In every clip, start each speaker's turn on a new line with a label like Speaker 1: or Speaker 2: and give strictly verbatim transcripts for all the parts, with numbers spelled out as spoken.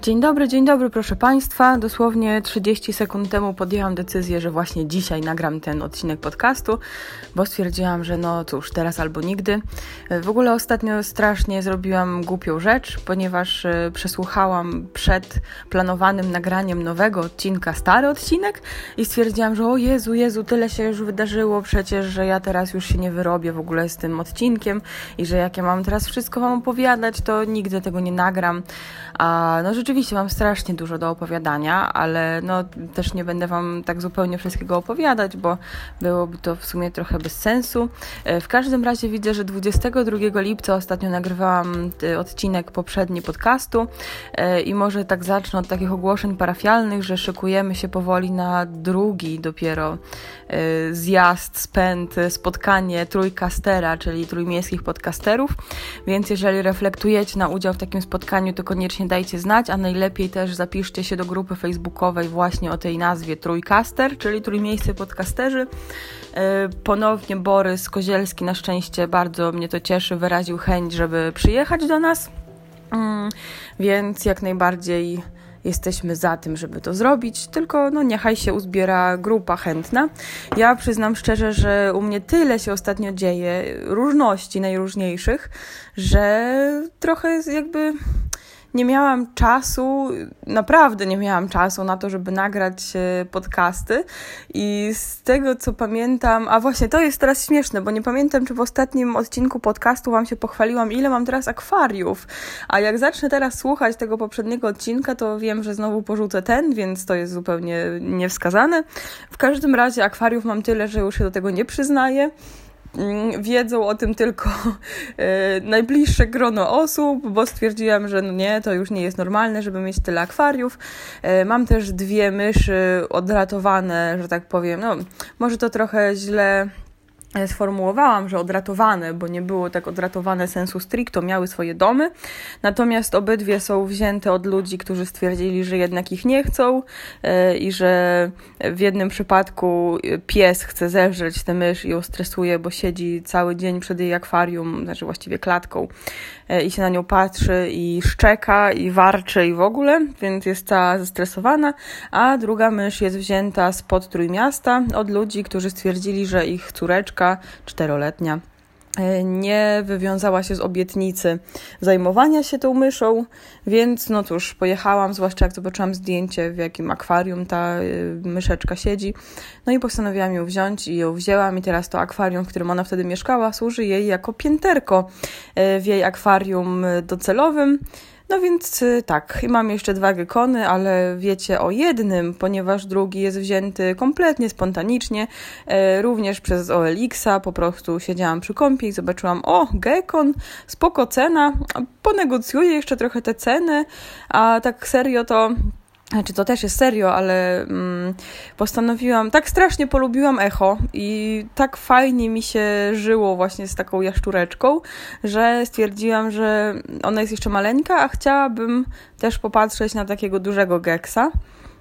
Speaker 1: Dzień dobry, dzień dobry proszę Państwa. Dosłownie trzydzieści sekund temu podjęłam decyzję, że właśnie dzisiaj nagram ten odcinek podcastu, bo stwierdziłam, że no cóż, teraz albo nigdy. W ogóle ostatnio strasznie zrobiłam głupią rzecz, ponieważ przesłuchałam przed planowanym nagraniem nowego odcinka stary odcinek i stwierdziłam, że o Jezu, Jezu, tyle się już wydarzyło przecież, że ja teraz już się nie wyrobię w ogóle z tym odcinkiem i że jak ja mam teraz wszystko Wam opowiadać, to nigdy tego nie nagram. A no rzeczywiście mam strasznie dużo do opowiadania, ale no też nie będę Wam tak zupełnie wszystkiego opowiadać, bo byłoby to w sumie trochę bez sensu. W każdym razie widzę, że dwudziestego drugiego lipca ostatnio nagrywałam odcinek poprzedni podcastu i może tak zacznę od takich ogłoszeń parafialnych, że szykujemy się powoli na drugi dopiero zjazd, spęd, spotkanie trójkastera, czyli trójmiejskich podcasterów, więc jeżeli reflektujecie na udział w takim spotkaniu, to koniecznie dajcie znać, a najlepiej też zapiszcie się do grupy facebookowej właśnie o tej nazwie Trójkaster, czyli Trójmiejscy Podcasterzy. Ponownie Borys Kozielski, na szczęście bardzo mnie to cieszy, wyraził chęć, żeby przyjechać do nas, więc jak najbardziej jesteśmy za tym, żeby to zrobić, tylko no niechaj się uzbiera grupa chętna. Ja przyznam szczerze, że u mnie tyle się ostatnio dzieje, różności najróżniejszych, że trochę jakby nie miałam czasu, naprawdę nie miałam czasu na to, żeby nagrać podcasty i z tego, co pamiętam, a właśnie to jest teraz śmieszne, bo nie pamiętam, czy w ostatnim odcinku podcastu Wam się pochwaliłam, ile mam teraz akwariów, a jak zacznę teraz słuchać tego poprzedniego odcinka, to wiem, że znowu porzucę ten, więc to jest zupełnie niewskazane. W każdym razie akwariów mam tyle, że już się do tego nie przyznaję. Wiedzą o tym tylko e, najbliższe grono osób, bo stwierdziłam, że no nie, to już nie jest normalne, żeby mieć tyle akwariów. E, mam też dwie myszy odratowane, że tak powiem, no może to trochę źle sformułowałam, że odratowane, bo nie było tak odratowane sensu stricto, miały swoje domy, natomiast obydwie są wzięte od ludzi, którzy stwierdzili, że jednak ich nie chcą yy, i że w jednym przypadku pies chce zeżreć tę mysz i ją stresuje, bo siedzi cały dzień przed jej akwarium, znaczy właściwie klatką yy, i się na nią patrzy i szczeka i warczy i w ogóle, więc jest cała zestresowana, a druga mysz jest wzięta spod Trójmiasta od ludzi, którzy stwierdzili, że ich córeczka czteroletnia nie wywiązała się z obietnicy zajmowania się tą myszą, więc no cóż, pojechałam, zwłaszcza jak zobaczyłam zdjęcie, w jakim akwarium ta myszeczka siedzi, no i postanowiłam ją wziąć i ją wzięłam i teraz to akwarium, w którym ona wtedy mieszkała, służy jej jako pięterko w jej akwarium docelowym. No więc tak, i mam jeszcze dwa gekony, ale wiecie o jednym, ponieważ drugi jest wzięty kompletnie spontanicznie, e, również przez O L X-a, po prostu siedziałam przy kąpie i zobaczyłam, o, gekon, spoko cena, ponegocjuję jeszcze trochę tę cenę, a tak serio to... Znaczy to też jest serio, ale mm, postanowiłam, tak strasznie polubiłam echo i tak fajnie mi się żyło właśnie z taką jaszczureczką, że stwierdziłam, że ona jest jeszcze maleńka, a chciałabym też popatrzeć na takiego dużego geksa.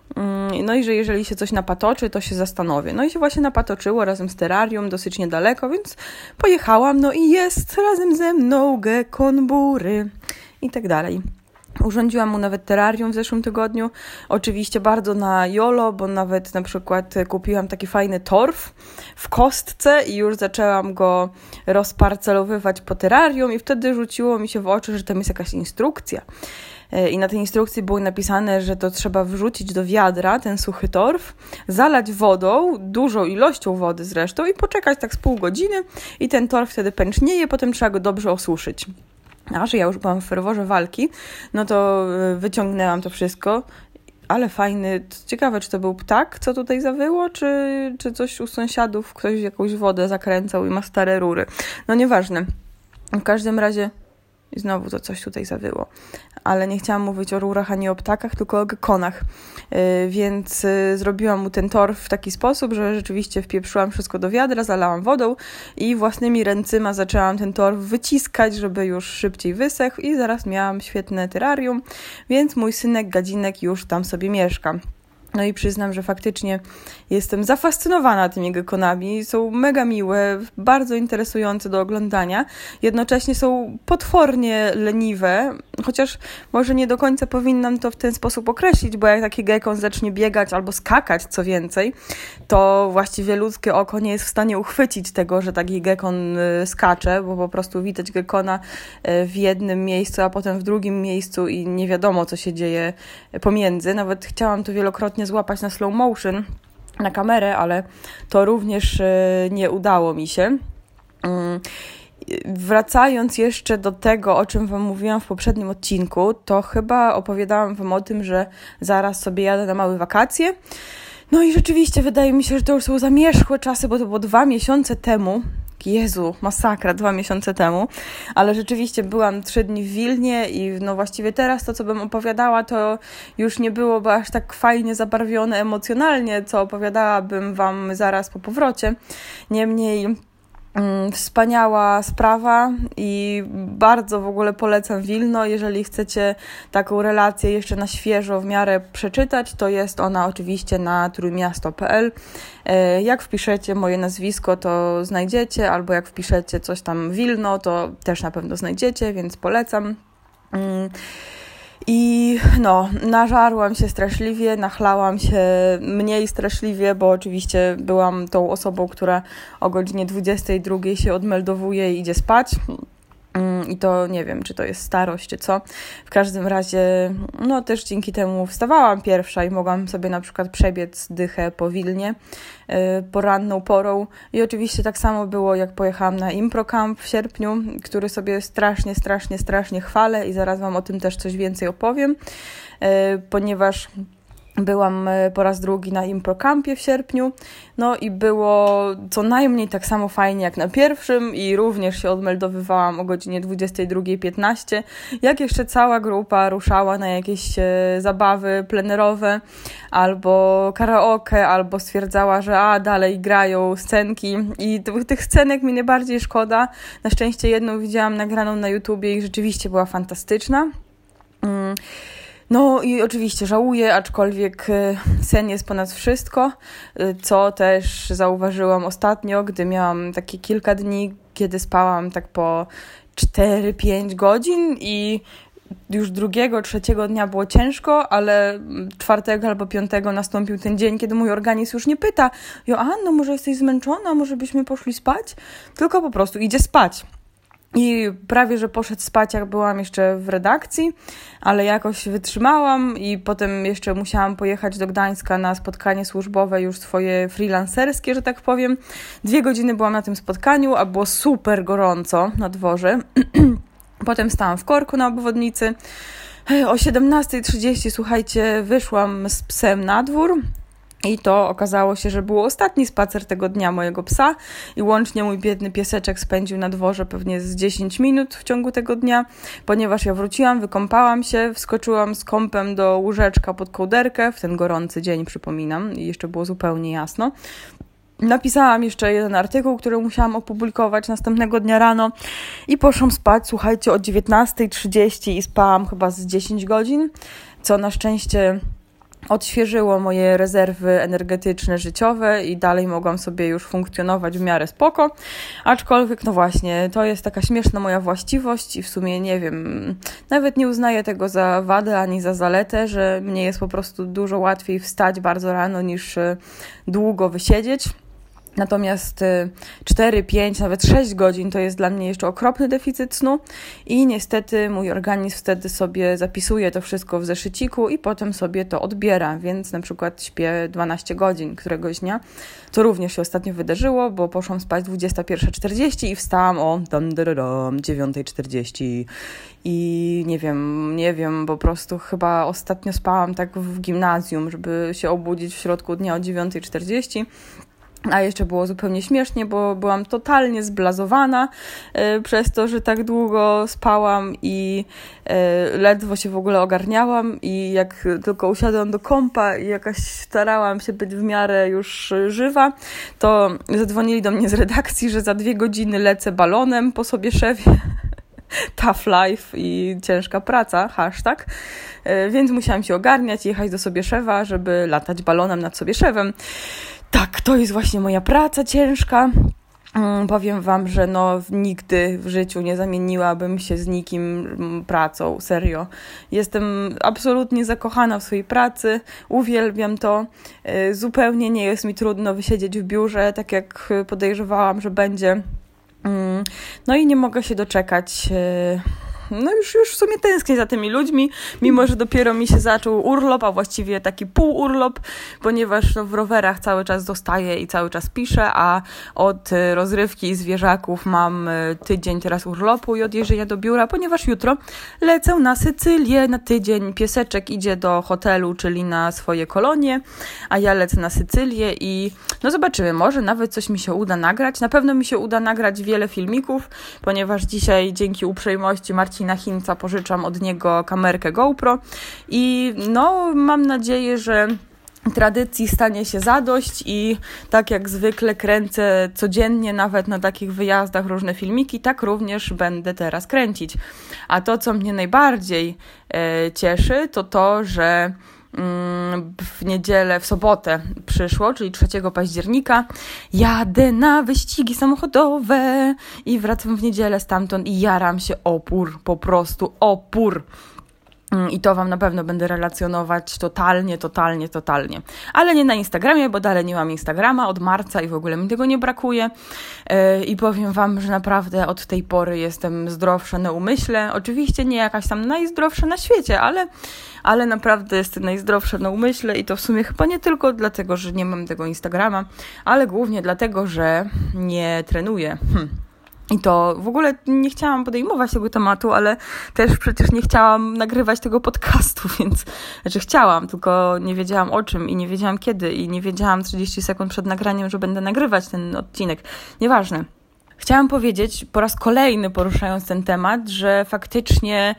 Speaker 1: No i że jeżeli się coś napatoczy, to się zastanowię. No i się właśnie napatoczyło razem z terrarium, dosyć niedaleko, więc pojechałam, no i jest razem ze mną gekon bury i tak dalej. Urządziłam mu nawet terrarium w zeszłym tygodniu, oczywiście bardzo na jolo, bo nawet na przykład kupiłam taki fajny torf w kostce i już zaczęłam go rozparcelowywać po terrarium i wtedy rzuciło mi się w oczy, że tam jest jakaś instrukcja. I na tej instrukcji było napisane, że to trzeba wrzucić do wiadra ten suchy torf, zalać wodą, dużą ilością wody zresztą i poczekać tak z pół godziny i ten torf wtedy pęcznieje, potem trzeba go dobrze osuszyć. A że ja już byłam w ferworze walki, no to wyciągnęłam to wszystko, ale fajny, ciekawe, czy to był ptak, co tutaj zawyło, czy, czy coś u sąsiadów, ktoś jakąś wodę zakręcał i ma stare rury. No nieważne. W każdym razie i znowu to coś tutaj zawyło. Ale nie chciałam mówić o rurach ani o ptakach, tylko o gekonach. Yy, więc yy, zrobiłam mu ten torf w taki sposób, że rzeczywiście wpieprzyłam wszystko do wiadra, zalałam wodą i własnymi ręcyma zaczęłam ten torf wyciskać, żeby już szybciej wysechł i zaraz miałam świetne terrarium, więc mój synek Gadzinek już tam sobie mieszka. No i przyznam, że faktycznie jestem zafascynowana tymi gekonami. Są mega miłe, bardzo interesujące do oglądania. Jednocześnie są potwornie leniwe, chociaż może nie do końca powinnam to w ten sposób określić, bo jak taki gekon zacznie biegać albo skakać, co więcej, to właściwie ludzkie oko nie jest w stanie uchwycić tego, że taki gekon skacze, bo po prostu widać gekona w jednym miejscu, a potem w drugim miejscu i nie wiadomo, co się dzieje pomiędzy. Nawet chciałam to wielokrotnie złapać na slow motion, na kamerę, ale to również nie udało mi się. Wracając jeszcze do tego, o czym Wam mówiłam w poprzednim odcinku, to chyba opowiadałam Wam o tym, że zaraz sobie jadę na małe wakacje. No i rzeczywiście wydaje mi się, że to już są zamierzchłe czasy, bo to było dwa miesiące temu. Jezu, masakra, dwa miesiące temu, ale rzeczywiście byłam trzy dni w Wilnie i no właściwie teraz to, co bym opowiadała, to już nie byłoby aż tak fajnie zabarwione emocjonalnie, co opowiadałabym Wam zaraz po powrocie. Niemniej Mm, wspaniała sprawa i bardzo w ogóle polecam Wilno. Jeżeli chcecie taką relację jeszcze na świeżo w miarę przeczytać, to jest ona oczywiście na trójmiasto kropka p l. Jak wpiszecie moje nazwisko, to znajdziecie, albo jak wpiszecie coś tam Wilno, to też na pewno znajdziecie, więc polecam. I no, nażarłam się straszliwie, nachlałam się mniej straszliwie, bo oczywiście byłam tą osobą, która o godzinie dwudziestej drugiej się odmeldowuje i idzie spać. I to nie wiem, czy to jest starość, czy co. W każdym razie, no też dzięki temu wstawałam pierwsza i mogłam sobie na przykład przebiec dychę po Wilnie yy, poranną porą. I oczywiście tak samo było, jak pojechałam na Improcamp w sierpniu, który sobie strasznie, strasznie, strasznie chwalę i zaraz Wam o tym też coś więcej opowiem, yy, ponieważ byłam po raz drugi na Improcampie w sierpniu, no i było co najmniej tak samo fajnie jak na pierwszym i również się odmeldowywałam o godzinie dwudziestej drugiej piętnaście, jak jeszcze cała grupa ruszała na jakieś e, zabawy plenerowe albo karaoke, albo stwierdzała, że a, dalej grają scenki i t- tych scenek mi najbardziej szkoda. Na szczęście jedną widziałam nagraną na YouTubie i rzeczywiście była fantastyczna. Mm. No i oczywiście żałuję, aczkolwiek sen jest ponad wszystko, co też zauważyłam ostatnio, gdy miałam takie kilka dni, kiedy spałam tak po cztery pięć godzin i już drugiego, trzeciego dnia było ciężko, ale czwartego albo piątego nastąpił ten dzień, kiedy mój organizm już nie pyta: Joanno, może jesteś zmęczona, może byśmy poszli spać? Tylko po prostu idzie spać. I prawie, że poszedł spać, jak byłam jeszcze w redakcji, ale jakoś wytrzymałam i potem jeszcze musiałam pojechać do Gdańska na spotkanie służbowe, już swoje freelancerskie, że tak powiem. Dwie godziny byłam na tym spotkaniu, a było super gorąco na dworze. Potem stałam w korku na obwodnicy. O siedemnastej trzydzieści, słuchajcie, wyszłam z psem na dwór. I to okazało się, że był ostatni spacer tego dnia mojego psa i łącznie mój biedny pieseczek spędził na dworze pewnie z dziesięć minut w ciągu tego dnia, ponieważ ja wróciłam, wykąpałam się, wskoczyłam z kąpem do łóżeczka pod kołderkę, w ten gorący dzień przypominam i jeszcze było zupełnie jasno. Napisałam jeszcze jeden artykuł, który musiałam opublikować następnego dnia rano i poszłam spać, słuchajcie, o dziewiętnastej trzydzieści i spałam chyba z dziesięć godzin, co na szczęście odświeżyło moje rezerwy energetyczne, życiowe i dalej mogłam sobie już funkcjonować w miarę spoko, aczkolwiek no właśnie, to jest taka śmieszna moja właściwość i w sumie nie wiem, nawet nie uznaję tego za wadę ani za zaletę, że mnie jest po prostu dużo łatwiej wstać bardzo rano niż długo wysiedzieć. Natomiast cztery, pięć, nawet sześć godzin to jest dla mnie jeszcze okropny deficyt snu i niestety mój organizm wtedy sobie zapisuje to wszystko w zeszyciku i potem sobie to odbiera, więc na przykład śpię dwanaście godzin któregoś dnia. To również się ostatnio wydarzyło, bo poszłam spać dwudziesta pierwsza czterdzieści i wstałam o dziewiąta czterdzieści i nie wiem, nie wiem, po prostu chyba ostatnio spałam tak w gimnazjum, żeby się obudzić w środku dnia o dziewiąta czterdzieści. A jeszcze było zupełnie śmiesznie, bo byłam totalnie zblazowana y, przez to, że tak długo spałam i y, ledwo się w ogóle ogarniałam i jak tylko usiadłam do kompa i jakaś starałam się być w miarę już żywa, to zadzwonili do mnie z redakcji, że za dwie godziny lecę balonem po sobie szefie. tough life i ciężka praca, hashtag, więc musiałam się ogarniać, jechać do Sobieszewa, żeby latać balonem nad Sobieszewem. Tak, to jest właśnie moja praca ciężka. Hmm, powiem wam, że no nigdy w życiu nie zamieniłabym się z nikim pracą, serio. Jestem absolutnie zakochana w swojej pracy, uwielbiam to. Zupełnie nie jest mi trudno wysiedzieć w biurze, tak jak podejrzewałam, że będzie. No i nie mogę się doczekać. No już, już w sumie tęsknię za tymi ludźmi, mimo że dopiero mi się zaczął urlop, a właściwie taki półurlop, ponieważ no, w rowerach cały czas zostaję i cały czas piszę, a od rozrywki i zwierzaków mam tydzień teraz urlopu i odjeżdżenia do biura, ponieważ jutro lecę na Sycylię na tydzień. Pieseczek idzie do hotelu, czyli na swoje kolonie, a ja lecę na Sycylię i no zobaczymy, może nawet coś mi się uda nagrać. Na pewno mi się uda nagrać wiele filmików, ponieważ dzisiaj dzięki uprzejmości Marcina na Chińca pożyczam od niego kamerkę GoPro i no mam nadzieję, że tradycji stanie się zadość i tak jak zwykle kręcę codziennie nawet na takich wyjazdach różne filmiki, tak również będę teraz kręcić. A to, co mnie najbardziej e, cieszy, to to, że w niedzielę, w sobotę przyszło, czyli trzeciego października, jadę na wyścigi samochodowe i wracam w niedzielę stamtąd i jaram się opór, po prostu opór. I to wam na pewno będę relacjonować totalnie, totalnie, totalnie. Ale nie na Instagramie, bo dalej nie mam Instagrama od marca i w ogóle mi tego nie brakuje. I powiem wam, że naprawdę od tej pory jestem zdrowsza na umyśle. Oczywiście nie jakaś tam najzdrowsza na świecie, ale, ale naprawdę jestem najzdrowsza na umyśle i to w sumie chyba nie tylko dlatego, że nie mam tego Instagrama, ale głównie dlatego, że nie trenuję. Hm. I to w ogóle nie chciałam podejmować tego tematu, ale też przecież nie chciałam nagrywać tego podcastu, więc znaczy chciałam, tylko nie wiedziałam o czym i nie wiedziałam kiedy i nie wiedziałam trzydzieści sekund przed nagraniem, że będę nagrywać ten odcinek. Nieważne. Chciałam powiedzieć po raz kolejny, poruszając ten temat, że faktycznie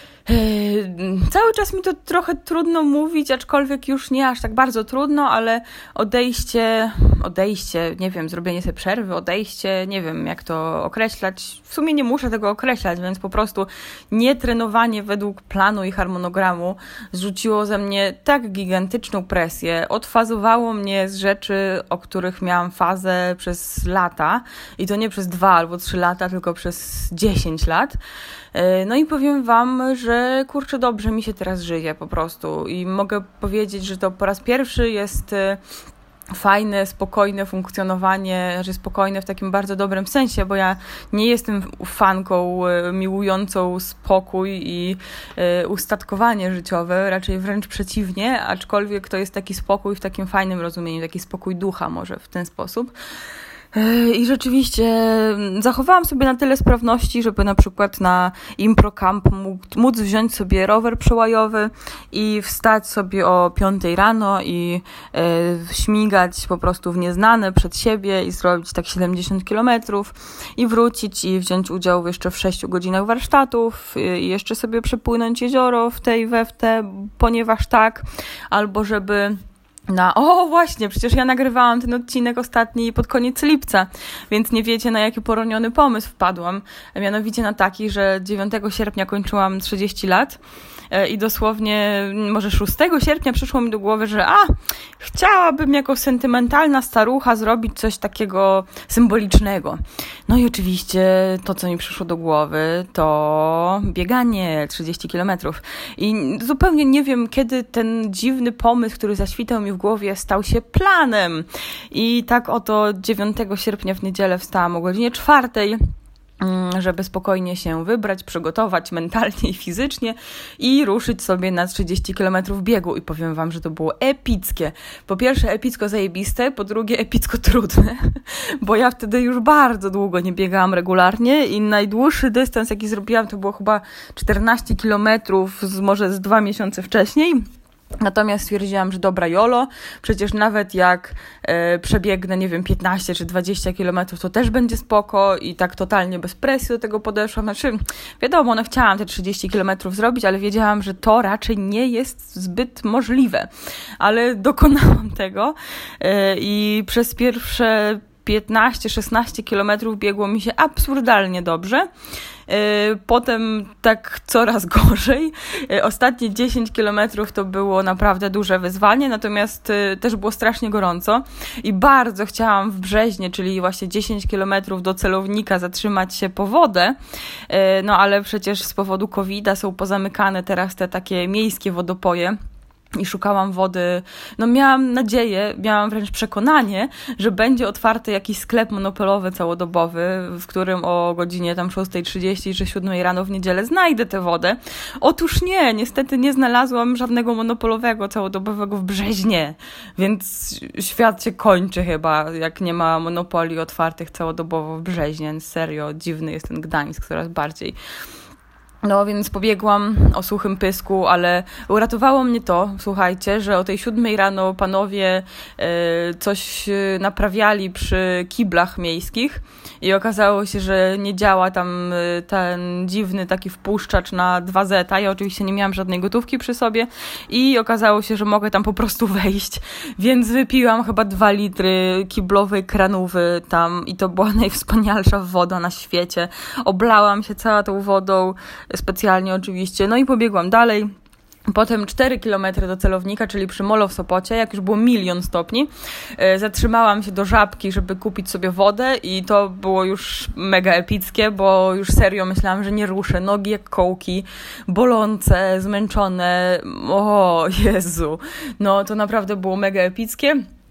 Speaker 1: Yy, cały czas mi to trochę trudno mówić, aczkolwiek już nie aż tak bardzo trudno, ale odejście, odejście, nie wiem, zrobienie sobie przerwy, odejście, nie wiem jak to określać. W sumie nie muszę tego określać, więc po prostu nietrenowanie według planu i harmonogramu zrzuciło ze mnie tak gigantyczną presję, odfazowało mnie z rzeczy, o których miałam fazę przez lata i to nie przez dwa albo trzy lata, tylko przez dziesięć lat. No i powiem wam, że kurczę, dobrze mi się teraz żyje po prostu i mogę powiedzieć, że to po raz pierwszy jest fajne, spokojne funkcjonowanie, że spokojne w takim bardzo dobrym sensie, bo ja nie jestem fanką miłującą spokój i ustatkowanie życiowe, raczej wręcz przeciwnie, aczkolwiek to jest taki spokój w takim fajnym rozumieniu, taki spokój ducha może w ten sposób. I rzeczywiście zachowałam sobie na tyle sprawności, żeby na przykład na Impro Camp móc wziąć sobie rower przełajowy i wstać sobie o piątej rano i e, śmigać po prostu w nieznane przed siebie i zrobić tak siedemdziesiąt kilometrów i wrócić i wziąć udział jeszcze w sześciu godzinach warsztatów i jeszcze sobie przepłynąć jezioro w tej we w te, ponieważ tak, albo żeby Na, o właśnie, przecież ja nagrywałam ten odcinek ostatni pod koniec lipca, więc nie wiecie, na jaki poroniony pomysł wpadłam. Mianowicie na taki, że dziewiątego sierpnia kończyłam trzydzieści lat i dosłownie może szóstego sierpnia przyszło mi do głowy, że a, chciałabym jako sentymentalna starucha zrobić coś takiego symbolicznego. No i oczywiście to, co mi przyszło do głowy, to bieganie trzydzieści kilometrów. I zupełnie nie wiem, kiedy ten dziwny pomysł, który zaświtał mi w głowie, stał się planem. I tak oto dziewiątego sierpnia w niedzielę wstałam o godzinie czwartej, żeby spokojnie się wybrać, przygotować mentalnie i fizycznie i ruszyć sobie na trzydzieści kilometrów biegu. I powiem wam, że to było epickie. Po pierwsze epicko zajebiste, po drugie epicko trudne, bo ja wtedy już bardzo długo nie biegałam regularnie i najdłuższy dystans, jaki zrobiłam, to było chyba czternaście kilometrów, z, może z dwa miesiące wcześniej. Natomiast stwierdziłam, że dobra jolo, przecież nawet jak e, przebiegnę, nie wiem, piętnaście czy dwadzieścia kilometrów, to też będzie spoko i tak totalnie bez presji do tego podeszłam. Znaczy, wiadomo, no chciałam te trzydzieści kilometrów zrobić, ale wiedziałam, że to raczej nie jest zbyt możliwe. Ale dokonałam tego e, i przez pierwsze piętnaście szesnaście kilometrów biegło mi się absurdalnie dobrze. Potem tak coraz gorzej. Ostatnie dziesięć kilometrów to było naprawdę duże wyzwanie, natomiast też było strasznie gorąco i bardzo chciałam w Brzeźnie, czyli właśnie dziesięć kilometrów do celownika zatrzymać się po wodę, no ale przecież z powodu kowida są pozamykane teraz te takie miejskie wodopoje. I szukałam wody, no miałam nadzieję, miałam wręcz przekonanie, że będzie otwarty jakiś sklep monopolowy całodobowy, w którym o godzinie tam szósta trzydzieści czy siódma rano w niedzielę znajdę tę wodę. Otóż nie, niestety nie znalazłam żadnego monopolowego całodobowego w Brzeźnie, więc świat się kończy chyba, jak nie ma monopoli otwartych całodobowo w Brzeźnie. Serio, dziwny jest ten Gdańsk coraz bardziej. No więc pobiegłam o suchym pysku, ale uratowało mnie to, słuchajcie, że o tej siódmej rano panowie y, coś naprawiali przy kiblach miejskich i okazało się, że nie działa tam y, ten dziwny taki wpuszczacz na dwa zeta. Ja oczywiście nie miałam żadnej gotówki przy sobie i okazało się, że mogę tam po prostu wejść, więc wypiłam chyba dwa litry kiblowej kranówy tam i to była najwspanialsza woda na świecie. Oblałam się cała tą wodą, specjalnie oczywiście, no i pobiegłam dalej. Potem cztery kilometry do celownika, czyli przy Molo w Sopocie, jak już było milion stopni. Zatrzymałam się do Żabki, żeby kupić sobie wodę i to było już mega epickie, bo już serio myślałam, że nie ruszę. Nogi jak kołki, bolące, zmęczone. O Jezu, no to naprawdę było mega epickie.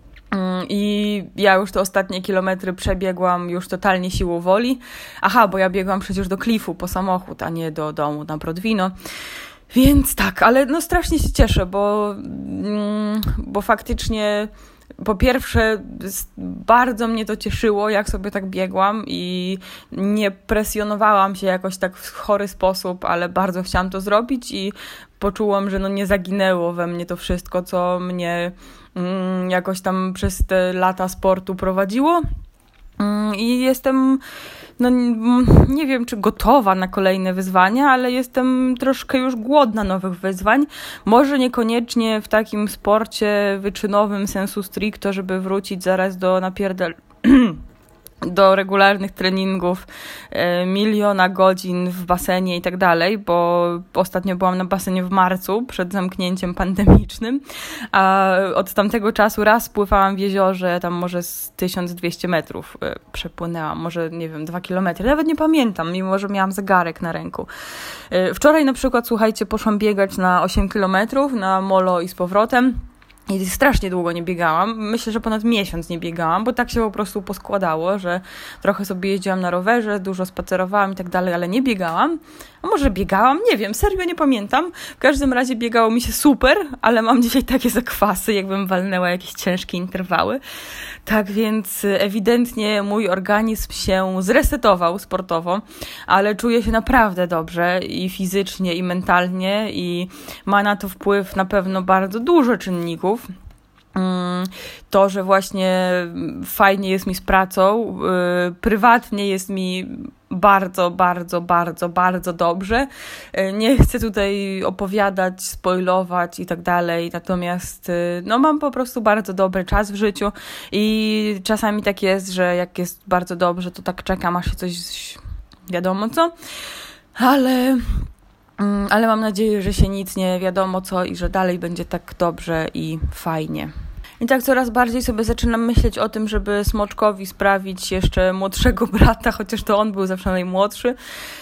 Speaker 1: I ja już te ostatnie kilometry przebiegłam już totalnie siłą woli. Aha, bo ja biegłam przecież do Klifu po samochód, a nie do domu na Brodwino. Więc tak, ale no strasznie się cieszę, bo, bo faktycznie po pierwsze bardzo mnie to cieszyło, jak sobie tak biegłam i nie presjonowałam się jakoś tak w chory sposób, ale bardzo chciałam to zrobić i poczułam, że no nie zaginęło we mnie to wszystko, co mnie mm, jakoś tam przez te lata sportu prowadziło. I jestem, no nie wiem, czy gotowa na kolejne wyzwania, ale jestem troszkę już głodna nowych wyzwań. Może niekoniecznie w takim sporcie wyczynowym sensu stricto, żeby wrócić zaraz do napierdal... do regularnych treningów, e, miliona godzin w basenie i tak dalej, bo ostatnio byłam na basenie w marcu przed zamknięciem pandemicznym, a od tamtego czasu raz pływałam w jeziorze, tam może z tysiąc dwieście metrów e, przepłynęłam, może nie wiem, dwa kilometry, nawet nie pamiętam, mimo że miałam zegarek na ręku. E, wczoraj na przykład, słuchajcie, poszłam biegać na osiem kilometrów na Molo i z powrotem. I strasznie długo nie biegałam. Myślę, że ponad miesiąc nie biegałam, bo tak się po prostu poskładało, że trochę sobie jeździłam na rowerze, dużo spacerowałam i tak dalej, ale nie biegałam. A może biegałam? Nie wiem, serio nie pamiętam. W każdym razie biegało mi się super, ale mam dzisiaj takie zakwasy, jakbym walnęła jakieś ciężkie interwały. Tak więc ewidentnie mój organizm się zresetował sportowo, ale czuję się naprawdę dobrze i fizycznie, i mentalnie i ma na to wpływ na pewno bardzo dużo czynników. To, że właśnie fajnie jest mi z pracą, prywatnie jest mi bardzo, bardzo, bardzo, bardzo dobrze. Nie chcę tutaj opowiadać, spoilować i tak dalej, natomiast no mam po prostu bardzo dobry czas w życiu i czasami tak jest, że jak jest bardzo dobrze, to tak czekam, aż się coś wiadomo co, ale... ale mam nadzieję, że się nic nie wiadomo co i że dalej będzie tak dobrze i fajnie. I tak coraz bardziej sobie zaczynam myśleć o tym, żeby Smoczkowi sprawić jeszcze młodszego brata, chociaż to on był zawsze najmłodszy.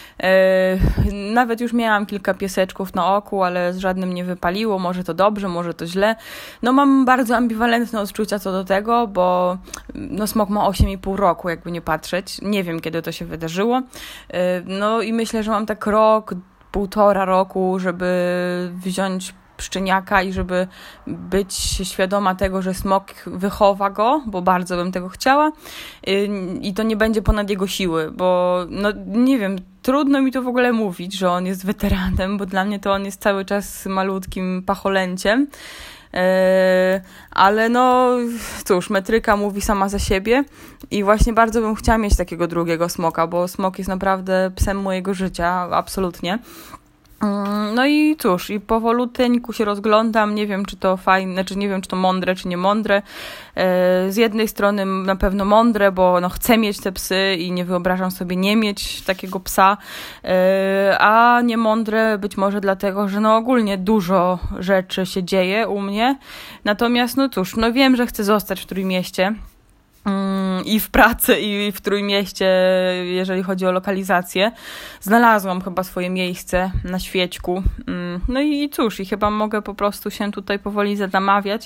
Speaker 1: Nawet już miałam kilka pieseczków na oku, ale z żadnym nie wypaliło, może to dobrze, może to źle. No mam bardzo ambiwalentne odczucia co do tego, bo no Smok ma osiem i pół roku, jakby nie patrzeć. Nie wiem, kiedy to się wydarzyło. No i myślę, że mam tak rok, półtora roku, żeby wziąć szczeniaka i żeby być świadoma tego, że Smok wychowa go, bo bardzo bym tego chciała i to nie będzie ponad jego siły, bo no nie wiem, trudno mi to w ogóle mówić, że on jest weteranem, bo dla mnie to on jest cały czas malutkim pacholęciem. Ale no cóż, metryka mówi sama za siebie i właśnie bardzo bym chciała mieć takiego drugiego smoka, bo Smok jest naprawdę psem mojego życia, absolutnie. No i cóż, i powoluteńku się rozglądam, nie wiem, czy to fajne, znaczy nie wiem, czy to mądre, czy nie mądre. Z jednej strony na pewno mądre, bo no chcę mieć te psy i nie wyobrażam sobie nie mieć takiego psa, a nie mądre być może dlatego, że no ogólnie dużo rzeczy się dzieje u mnie. Natomiast no cóż, no wiem, że chcę zostać w Trójmieście. I w pracy, i w Trójmieście, jeżeli chodzi o lokalizację. Znalazłam chyba swoje miejsce na świeczku. No i cóż, i chyba mogę po prostu się tutaj powoli zamawiać,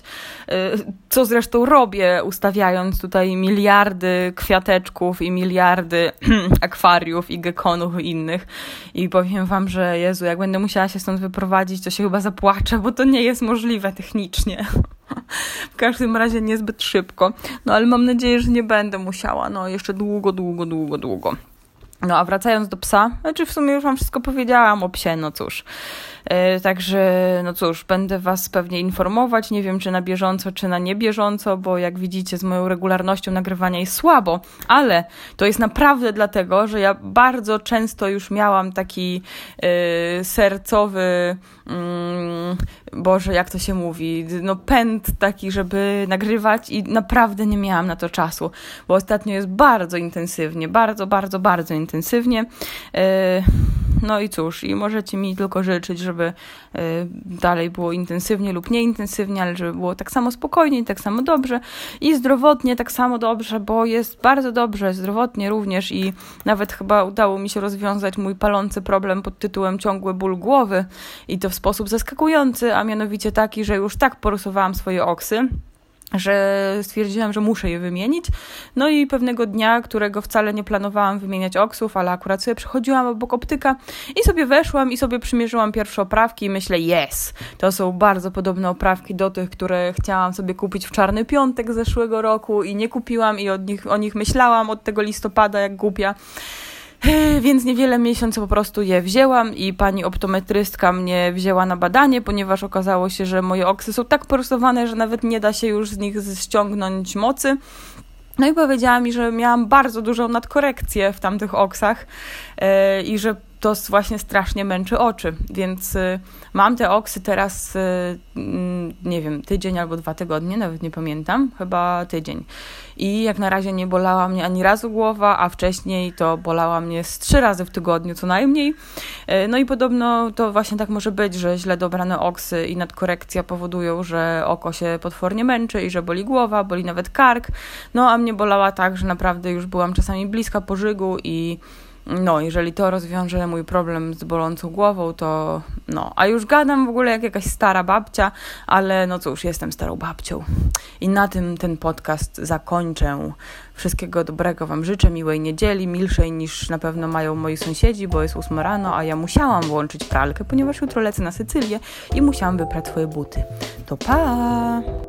Speaker 1: co zresztą robię, ustawiając tutaj miliardy kwiateczków i miliardy akwariów i gekonów i innych. I powiem wam, że Jezu, jak będę musiała się stąd wyprowadzić, to się chyba zapłaczę, bo to nie jest możliwe technicznie. W każdym razie niezbyt szybko. No ale mam nadzieję, że nie będę musiała. No jeszcze długo, długo, długo, długo. No a wracając do psa, znaczy w sumie już wam wszystko powiedziałam o psie, no cóż. Yy, także, no cóż, będę was pewnie informować, nie wiem czy na bieżąco, czy na niebieżąco, bo jak widzicie z moją regularnością nagrywania jest słabo, ale to jest naprawdę dlatego, że ja bardzo często już miałam taki yy, sercowy, yy, Boże, jak to się mówi, no pęd taki, żeby nagrywać i naprawdę nie miałam na to czasu, bo ostatnio jest bardzo intensywnie, bardzo, bardzo, bardzo intensywnie. Yy, no i cóż, i możecie mi tylko życzyć, żeby żeby dalej było intensywnie lub nieintensywnie, ale żeby było tak samo spokojnie, tak samo dobrze i zdrowotnie tak samo dobrze, bo jest bardzo dobrze, zdrowotnie również i nawet chyba udało mi się rozwiązać mój palący problem pod tytułem ciągły ból głowy i to w sposób zaskakujący, a mianowicie taki, że już tak porysowałam swoje oksy, że stwierdziłam, że muszę je wymienić. No i pewnego dnia, którego wcale nie planowałam wymieniać oksów, ale akurat sobie przechodziłam obok optyka i sobie weszłam i sobie przymierzyłam pierwsze oprawki i myślę, yes, to są bardzo podobne oprawki do tych, które chciałam sobie kupić w Czarny Piątek zeszłego roku i nie kupiłam i od nich, o nich myślałam od tego listopada jak głupia. Więc niewiele miesięcy po prostu je wzięłam i pani optometrystka mnie wzięła na badanie, ponieważ okazało się, że moje oksy są tak porysowane, że nawet nie da się już z nich ściągnąć mocy. No i powiedziała mi, że miałam bardzo dużą nadkorekcję w tamtych oksach yy, i że to właśnie strasznie męczy oczy, więc y, mam te oksy teraz, y, y, nie wiem, tydzień albo dwa tygodnie, nawet nie pamiętam, chyba tydzień. I jak na razie nie bolała mnie ani razu głowa, a wcześniej to bolała mnie z trzy razy w tygodniu co najmniej. Y, no i podobno to właśnie tak może być, że źle dobrane oksy i nadkorekcja powodują, że oko się potwornie męczy i że boli głowa, boli nawet kark. No a mnie bolała tak, że naprawdę już byłam czasami bliska pożygu i no, jeżeli to rozwiąże mój problem z bolącą głową, to no, a już gadam w ogóle jak jakaś stara babcia, ale no cóż, jestem starą babcią. I na tym ten podcast zakończę. Wszystkiego dobrego wam życzę, miłej niedzieli, milszej niż na pewno mają moi sąsiedzi, bo jest ósma rano, a ja musiałam włączyć pralkę, ponieważ jutro lecę na Sycylię i musiałam wyprać swoje buty. To pa!